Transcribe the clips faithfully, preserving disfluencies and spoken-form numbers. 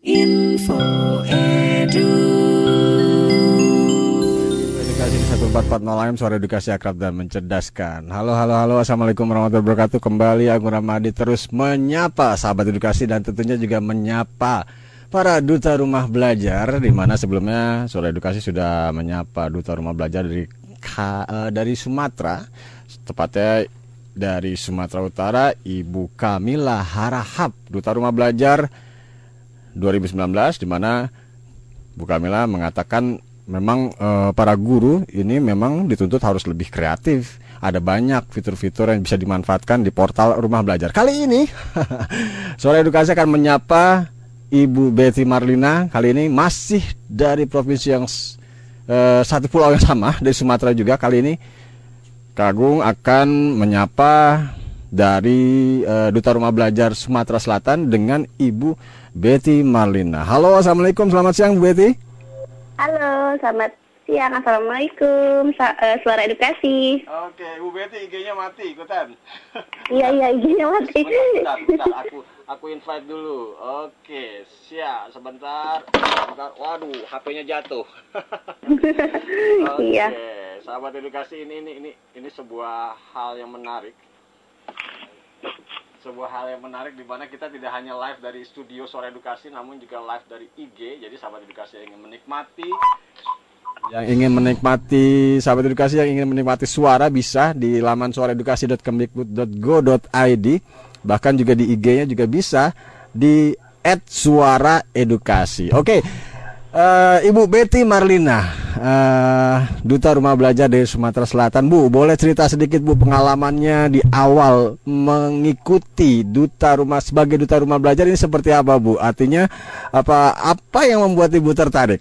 Info Edu. Edukasi satu empat empat nol A M, suara edukasi akrab dan mencerdaskan. Halo, halo, halo, assalamualaikum warahmatullahi wabarakatuh. Kembali Agung Ramadi terus menyapa sahabat edukasi dan tentunya juga menyapa para duta rumah belajar, di mana sebelumnya suara edukasi sudah menyapa duta rumah belajar dari dari Sumatera, tepatnya dari Sumatera Utara, Ibu Kamila Harahap, duta rumah belajar dua ribu sembilan belas, di mana Bu Kamila mengatakan memang e, para guru ini memang dituntut harus lebih kreatif. Ada banyak fitur-fitur yang bisa dimanfaatkan di portal rumah belajar. Kali ini Suara Edukasi akan menyapa Ibu Betty Marlina. Kali ini masih dari provinsi yang e, satu pulau yang sama, dari Sumatera juga. Kali ini Kak Agung akan menyapa dari e, Duta Rumah Belajar Sumatera Selatan dengan Ibu Betty Marlina. Halo, assalamualaikum, selamat siang Bu Betty. Halo, selamat siang, assalamualaikum, Sa uh, Suara Edukasi. Oke, Bu Betty, I G-nya mati, ikutan. Iya, iya, I G-nya mati. Bentar, bentar, bentar, aku aku invite dulu. Oke, siap, sebentar. Sebentar. Waduh, H P-nya jatuh. Oke, Iya. sahabat edukasi, ini ini ini ini sebuah hal yang menarik. Sebuah hal yang menarik di mana kita tidak hanya live dari studio Suara Edukasi, namun juga live dari I G. Jadi sahabat edukasi yang ingin menikmati yang ingin menikmati sahabat edukasi yang ingin menikmati suara bisa di laman suara edukasi dot kemdikbud dot go dot i d. Bahkan juga di I G-nya juga bisa di et suara edukasi. Oke. Uh, Ibu Betty Marlina, uh, Duta Rumah Belajar dari Sumatera Selatan. Bu, boleh cerita sedikit Bu pengalamannya di awal mengikuti Duta Rumah sebagai Duta Rumah Belajar ini seperti apa Bu? Artinya apa apa yang membuat Ibu tertarik?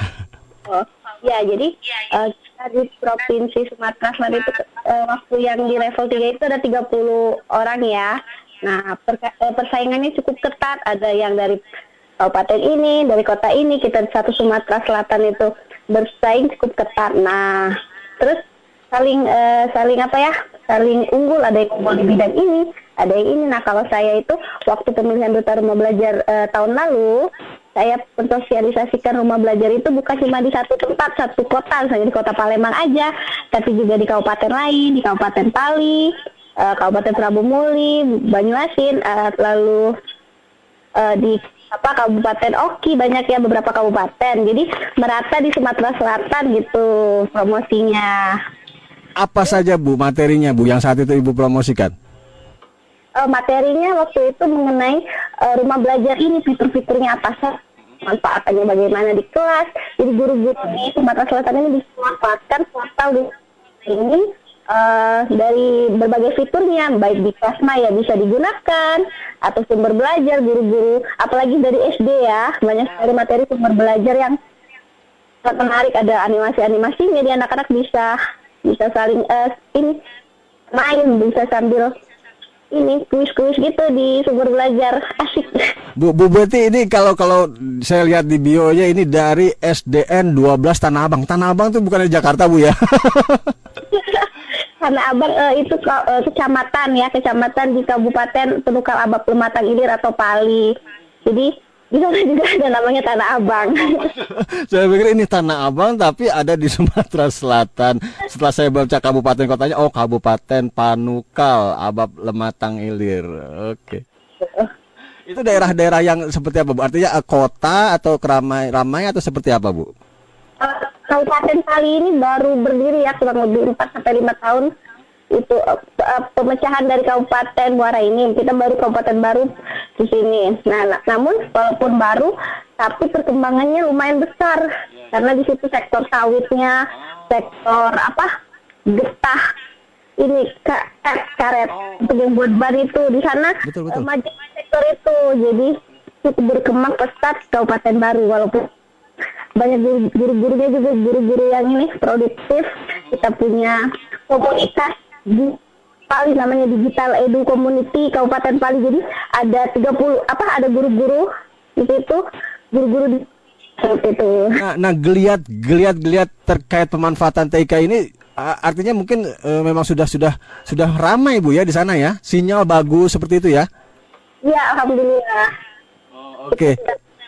Oh, ya, jadi uh, kita di Provinsi Sumatera Selatan itu uh, waktu yang di level tiga itu ada tiga puluh orang ya. Nah, perka- uh, persaingannya cukup ketat, ada yang dari kabupaten ini, dari kota ini, kita di satu Sumatera Selatan itu bersaing cukup ketat. Nah, terus saling uh, saling apa ya? Saling unggul, ada yang unggul di bidang ini, ada yang ini. Nah, kalau saya itu waktu pemilihan Duta Rumah Belajar uh, tahun lalu, saya mensosialisasikan rumah belajar itu bukan cuma di satu tempat, satu kota, misalnya di kota Palembang aja, tapi juga di kabupaten lain, di Kabupaten Pali, uh, Kabupaten Prabu Muli, Banyuasin, uh, lalu uh, di apa Kabupaten Oki, banyak ya, beberapa kabupaten. Jadi merata di Sumatera Selatan gitu promosinya. Apa saja Bu materinya Bu yang saat itu Ibu promosikan? Uh, materinya waktu itu mengenai uh, rumah belajar ini, fitur-fiturnya apa sih, manfaatnya bagaimana di kelas. Jadi guru-guru di Sumatera Selatan ini bisa memanfaatkan portal ini uh, dari berbagai fiturnya, baik di kelas ya bisa digunakan, atau sumber belajar guru-guru, apalagi dari S D ya, banyak sekali materi sumber belajar yang sangat menarik. Ada animasi-animasinya, di anak-anak bisa bisa saling uh, ini main, bisa sambil ini kuis-kuis gitu di sumber belajar, asik. Bu, Bu Betty, ini kalau kalau saya lihat di bio-nya ini dari S D N dua belas Tanah Abang. Tanah Abang itu bukan di Jakarta Bu ya? Tanah Abang uh, itu uh, kecamatan ya, kecamatan di Kabupaten Penukal Abab Pematang Ilir atau Pali. Jadi di sana juga ada namanya Tanah Abang. Saya pikir ini Tanah Abang tapi ada di Sumatera Selatan. Setelah saya baca kabupaten kotanya, oh Kabupaten Panukal Abab Lematang Ilir. Oke. Itu daerah-daerah yang seperti apa Bu? Artinya uh, kota atau keramai-ramai atau seperti apa Bu? Uh, Kabupaten Pali ini baru berdiri ya, kurang lebih empat sampai lima tahun itu uh, uh, pemecahan dari Kabupaten Muara ini. Kita baru kabupaten baru di sini. Nah, na- namun walaupun baru, tapi perkembangannya lumayan besar karena di situ sektor sawitnya, sektor apa getah ini ka- ka- karet untuk yang buat ban itu di sana Betul, betul. uh, maju sektor itu. Jadi cukup berkembang pesat Kabupaten Baru, walaupun banyak guru- guru-gurunya juga guru-guru yang ini produktif. Kita punya komunitas di Pali namanya Digital Edu Community Kabupaten Pali. Jadi ada tiga puluh apa ada guru-guru di situ, guru-guru di itu. Nah, nah geliat geliat geliat terkait pemanfaatan T I K ini uh, artinya mungkin uh, memang sudah sudah sudah ramai Bu ya di sana ya. Sinyal bagus seperti itu ya. Ya, alhamdulillah. Oh, oke. Okay.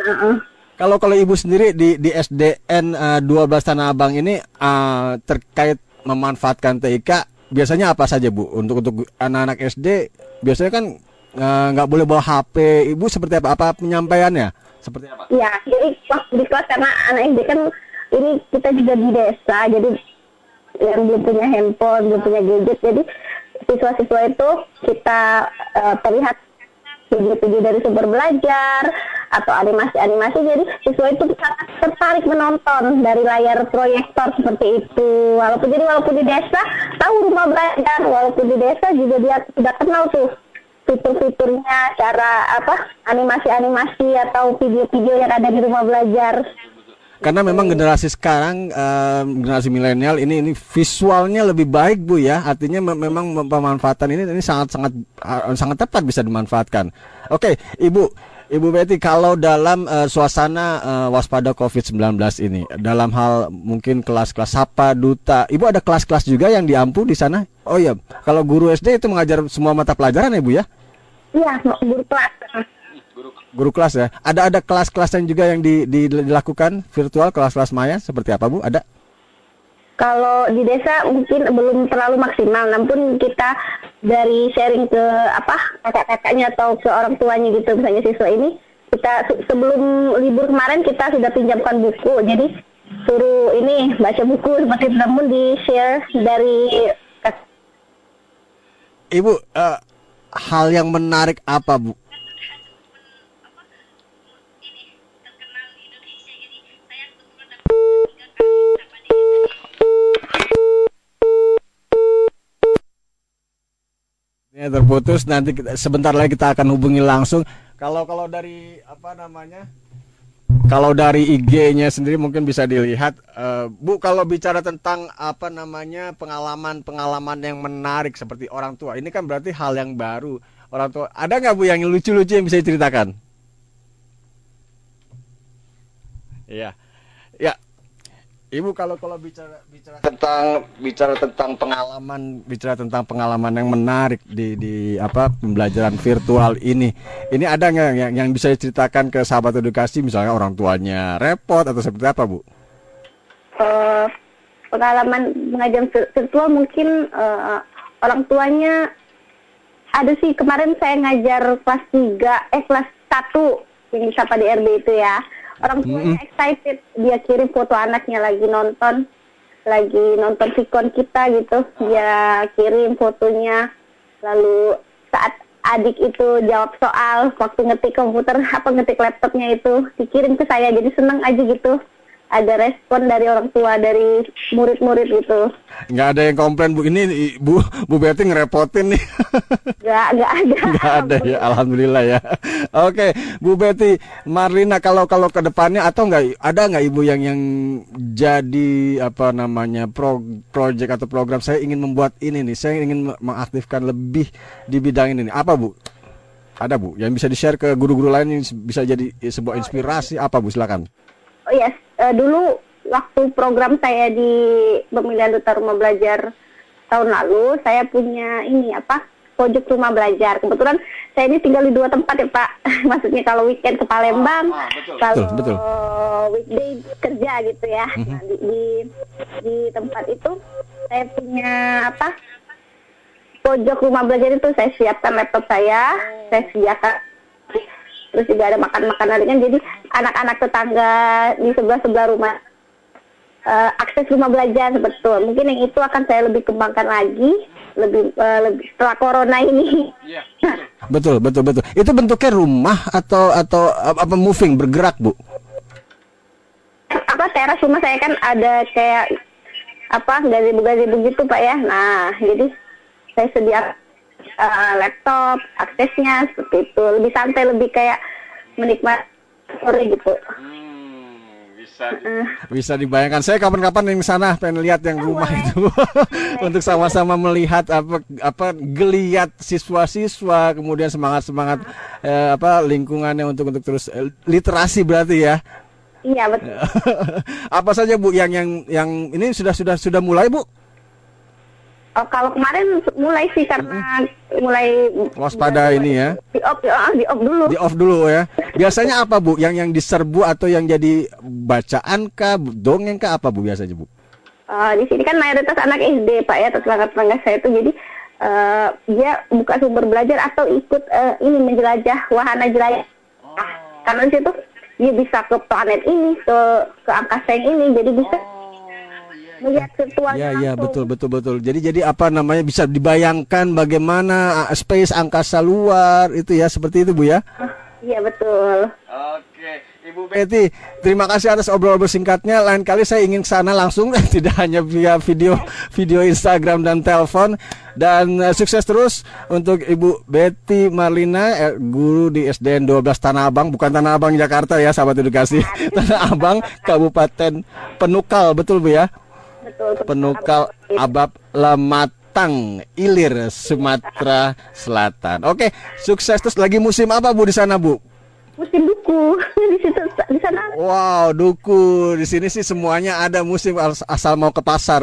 uh-uh. Kalau kalau ibu sendiri di di S D N uh, dua belas Tanah Abang ini uh, terkait memanfaatkan T I K biasanya apa saja Bu? Untuk untuk anak-anak S D biasanya kan nggak uh, boleh bawa H P. Ibu seperti apa? Apa penyampaiannya? Seperti apa? Iya, jadi waktu di kelas karena anak S D kan ini kita juga di desa, jadi yang belum punya handphone, belum punya gadget, jadi siswa-siswa itu kita uh, terlihat video-video dari sumber belajar atau animasi-animasi, jadi siswa itu sangat tertarik menonton dari layar proyektor seperti itu. Walaupun jadi walaupun di desa tahu rumah belajar, walaupun di desa juga dia sudah kenal tuh fitur-fiturnya, cara apa animasi-animasi atau video-video yang ada di rumah belajar. Karena memang generasi sekarang, um, generasi milenial ini ini visualnya lebih baik Bu ya. Artinya me- memang pemanfaatan ini ini sangat-sangat uh, sangat tepat bisa dimanfaatkan. Oke, Ibu, Ibu Betty, kalau dalam uh, suasana uh, waspada covid sembilan belas ini, dalam hal mungkin kelas-kelas Sapa, Duta, Ibu ada kelas-kelas juga yang diampu di sana? Oh iya, kalau guru S D itu mengajar semua mata pelajaran ya Bu ya? Iya, guru kelas. Guru kelas ya. Ada ada kelas-kelasan juga yang di, di, dilakukan virtual, kelas-kelas maya seperti apa Bu? Ada? Kalau di desa mungkin belum terlalu maksimal, namun kita dari sharing ke apa kakak-kakaknya atau ke orang tuanya gitu, misalnya siswa ini kita sebelum libur kemarin kita sudah pinjamkan buku, jadi suruh ini baca buku seperti itu, namun di share dari Ibu, uh, hal yang menarik apa Bu? Ya, terputus, nanti kita, sebentar lagi kita akan hubungi langsung. Kalau kalau dari apa namanya? Kalau dari I G-nya sendiri mungkin bisa dilihat, uh, Bu, kalau bicara tentang apa namanya pengalaman-pengalaman yang menarik seperti orang tua, ini kan berarti hal yang baru. Orang tua, ada nggak Bu yang lucu-lucu yang bisa diceritakan? Iya, ya. Ibu kalau kalau bicara bicara tentang bicara tentang pengalaman bicara tentang pengalaman yang menarik di di apa pembelajaran virtual ini, ini ada nggak yang yang bisa diceritakan ke sahabat edukasi, misalnya orang tuanya repot atau seperti apa Bu? Uh, pengalaman mengajar virtual mungkin uh, orang tuanya ada sih. Kemarin saya ngajar kelas tiga eh kelas satu yang Sapa di R B itu ya. Orang tuanya mm-hmm. excited, dia kirim foto anaknya lagi nonton, lagi nonton Vicon kita gitu, dia kirim fotonya, lalu saat adik itu jawab soal, waktu ngetik komputer, apa ngetik laptopnya itu, dikirim ke saya, jadi seneng aja gitu, ada respon dari orang tua, dari murid-murid gitu. Nggak ada yang komplain Bu, ini Bu, Bu Betty ngerepotin nih. Nggak, nggak ada. Nggak ada ya, alhamdulillah ya. Oke, Bu Betty, Marlina, kalau kalau ke depannya atau nggak ada nggak Ibu yang yang jadi apa namanya pro, project atau program, saya ingin membuat ini nih, saya ingin mengaktifkan lebih di bidang ini nih. Apa Bu? Ada Bu yang bisa di-share ke guru-guru lain yang bisa jadi sebuah inspirasi? Apa Bu, silakan. Oh yes, uh, dulu waktu program saya di Pemilihan Duta Rumah Belajar tahun lalu, saya punya ini apa pojok rumah belajar. Kebetulan saya ini tinggal di dua tempat ya Pak. Maksudnya kalau weekend ke Palembang, ah, ah, betul. kalau betul, betul. weekday kerja gitu ya. Mm-hmm. Nah, di, di di tempat itu saya punya apa pojok rumah belajar itu saya siapkan laptop saya, oh. saya sediakan. Terus juga ada makan-makanan ringan, jadi anak-anak tetangga di sebelah-sebelah rumah uh, akses rumah belajar betul. Mungkin yang itu akan saya lebih kembangkan lagi, lebih uh, lebih setelah corona ini. Yeah, betul. betul betul betul. Itu bentuknya rumah atau atau apa moving bergerak Bu? Apa teras rumah saya kan ada kayak apa gazebo-gazebo gitu Pak ya. Nah jadi saya sediakan Uh, laptop, aksesnya seperti itu, lebih santai, lebih kayak menikmati sore gitu. Hmm, bisa uh. bisa dibayangkan. Saya kapan-kapan yang sana pengen lihat yang rumah oh, itu untuk sama-sama melihat apa apa geliat siswa-siswa, kemudian semangat-semangat eh, apa lingkungannya untuk untuk terus eh, literasi berarti ya. Iya betul. Apa saja Bu yang yang yang ini sudah sudah sudah mulai Bu? Oh, kalau kemarin mulai sih karena mulai waspada ini ya. Di off, ya, di off dulu. Di off dulu ya. Biasanya apa Bu? Yang yang diserbu atau yang jadi bacaan kah, dongeng kah, apa Bu biasanya Bu? Uh, di sini kan mayoritas anak S D Pak ya, tetangga-tetangga saya itu jadi uh, dia buka sumber belajar atau ikut uh, ini menjelajah wahana jelajah. Nah, karena di situ dia bisa ke planet ini, ke ke angkasa yang ini, jadi bisa melihat virtualnya. Ya, ya, betul, betul, betul. Jadi, jadi apa namanya bisa dibayangkan bagaimana space angkasa luar itu ya, seperti itu Bu ya? Iya betul. Oke, Ibu Betty, terima kasih atas obrol-obrol singkatnya. Lain kali saya ingin ke sana langsung, tidak hanya via video, video Instagram dan telepon. Dan uh, sukses terus untuk Ibu Betty Marlina, eh, guru di S D N dua belas Tanah Abang, bukan Tanah Abang Jakarta ya, sahabat edukasi. Tanah Abang, Kabupaten Penukal, betul Bu ya? Betul, betul. Penukal Abab Lamatang, Ilir, Sumatera Selatan. Oke, sukses terus. Lagi musim apa Bu di sana Bu? Musim duku di situ di sana. Wow, duku. Di sini sih semuanya ada musim asal mau ke pasar.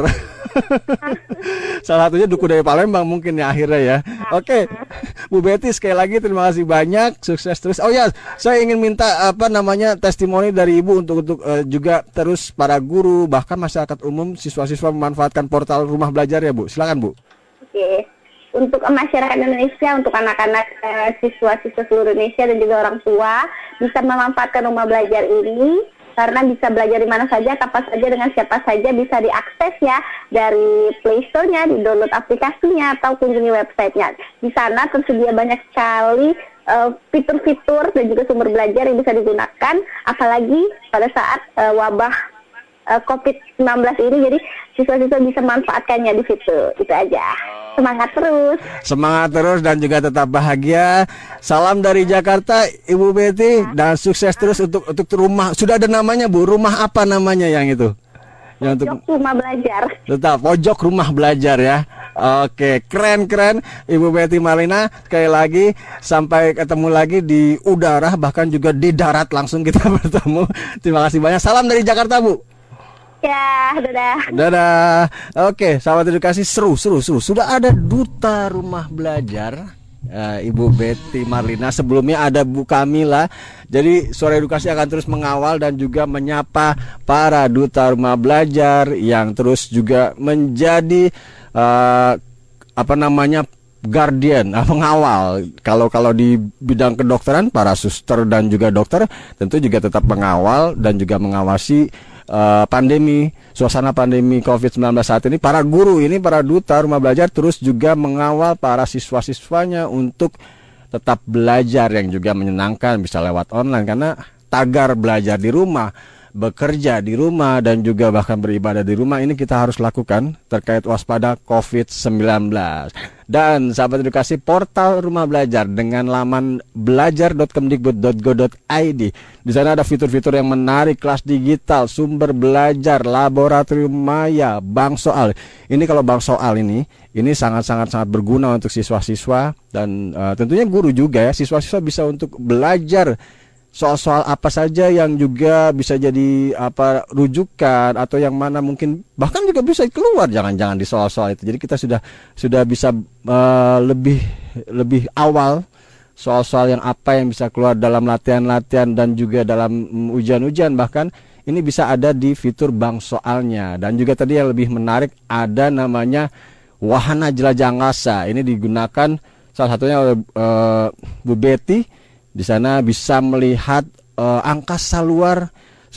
Salah satunya duku dari Palembang mungkin ya akhirnya ya. Oke, Bu Betty sekali lagi terima kasih banyak, sukses terus. Oh ya, saya ingin minta apa namanya testimoni dari Ibu untuk untuk uh, juga terus para guru bahkan masyarakat umum, siswa-siswa memanfaatkan portal rumah belajar ya Bu. Silakan Bu. Oke, untuk masyarakat Indonesia, untuk anak-anak uh, siswa-siswa seluruh Indonesia dan juga orang tua bisa memanfaatkan rumah belajar ini. Karena bisa belajar di mana saja, kapan saja, dengan siapa saja, bisa diakses ya dari Play Store-nya, di-download aplikasinya, atau kunjungi website-nya. Di sana tersedia banyak sekali uh, fitur-fitur dan juga sumber belajar yang bisa digunakan, apalagi pada saat uh, wabah uh, covid sembilan belas ini, jadi siswa-siswa bisa manfaatkannya di situ. Itu aja. Semangat terus. Semangat terus dan juga tetap bahagia. Salam dari Jakarta, Ibu Betty, dan sukses terus untuk untuk rumah. Sudah ada namanya Bu. Rumah apa namanya yang itu? Yang untuk pojok rumah belajar. Tetap pojok rumah belajar ya. Oke, keren-keren Ibu Betty Marlina. Sekali lagi sampai ketemu lagi di udara, bahkan juga di darat langsung kita bertemu. Terima kasih banyak. Salam dari Jakarta Bu. Ya, dadah. Dadah. Oke, sahabat edukasi, seru, seru, seru. Sudah ada duta rumah belajar, uh, Ibu Betty Marlina. Sebelumnya ada Bu Kamila. Jadi Suara Edukasi akan terus mengawal dan juga menyapa para duta rumah belajar yang terus juga menjadi uh, apa namanya guardian, pengawal. Kalau kalau di bidang kedokteran, para suster dan juga dokter tentu juga tetap mengawal dan juga mengawasi Uh, pandemi, suasana pandemi covid sembilan belas saat ini. Para guru ini, para duta rumah belajar terus juga mengawal para siswa-siswanya untuk tetap belajar yang juga menyenangkan, bisa lewat online, karena tagar belajar di rumah, bekerja di rumah, dan juga bahkan beribadah di rumah ini kita harus lakukan terkait waspada covid sembilan belas. Dan sahabat edukasi, portal rumah belajar dengan laman belajar dot kemdikbud dot go dot i d. Di sana ada fitur-fitur yang menarik, kelas digital, sumber belajar, laboratorium maya, bank soal. Ini kalau bank soal ini, ini sangat-sangat sangat berguna untuk siswa-siswa dan uh, tentunya guru juga ya. Siswa-siswa bisa untuk belajar soal-soal apa saja yang juga bisa jadi apa rujukan, atau yang mana mungkin bahkan juga bisa keluar jangan-jangan di soal-soal itu. Jadi kita sudah sudah bisa uh, lebih lebih awal soal-soal yang apa yang bisa keluar dalam latihan-latihan dan juga dalam um, ujian-ujian. Bahkan ini bisa ada di fitur bank soalnya. Dan juga tadi yang lebih menarik ada namanya wahana jelajah angkasa. Ini digunakan salah satunya oleh uh, Bu Betty. Di sana bisa melihat uh, angkasa luar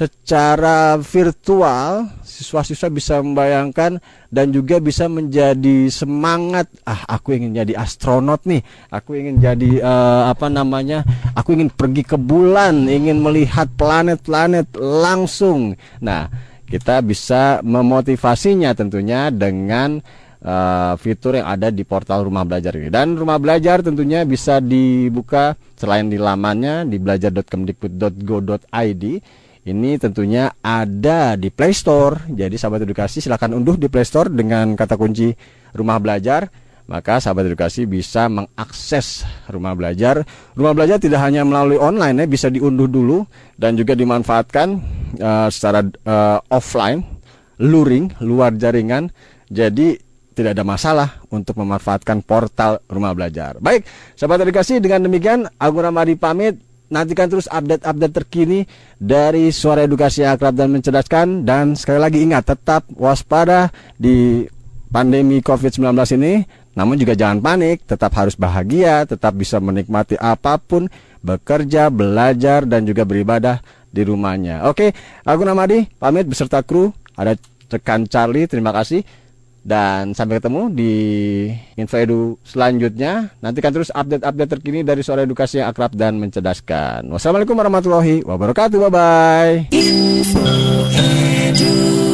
secara virtual. Siswa-siswa bisa membayangkan dan juga bisa menjadi semangat. Ah, aku ingin jadi astronot nih. Aku ingin jadi uh, apa namanya? Aku ingin pergi ke bulan, ingin melihat planet-planet langsung. Nah, kita bisa memotivasinya tentunya dengan Uh, fitur yang ada di portal rumah belajar ini. Dan rumah belajar tentunya bisa dibuka selain di lamannya di belajar dot kemdikbud dot go dot i d. Ini tentunya ada di Play Store. Jadi sahabat edukasi silakan unduh di Play Store dengan kata kunci rumah belajar. Maka sahabat edukasi bisa mengakses rumah belajar. Rumah belajar tidak hanya melalui online ya, bisa diunduh dulu dan juga dimanfaatkan uh, secara uh, offline, luring, luar jaringan. Jadi tidak ada masalah untuk memanfaatkan portal Rumah Belajar. Baik, sahabat edukasi, dengan demikian Agung Ramadi pamit. Nantikan terus update-update terkini dari Suara Edukasi yang Akrab dan Mencerdaskan. Dan sekali lagi ingat, tetap waspada di pandemi covid sembilan belas ini. Namun juga jangan panik, tetap harus bahagia, tetap bisa menikmati apapun, bekerja, belajar, dan juga beribadah di rumahnya. Oke, Agung Ramadi pamit beserta kru. Ada rekan Charlie, terima kasih. Dan sampai ketemu di Info Edu selanjutnya. Nantikan terus update-update terkini dari Suara Edukasi yang Akrab dan Mencerdaskan. Wassalamualaikum warahmatullahi wabarakatuh. Bye-bye. Info Edu.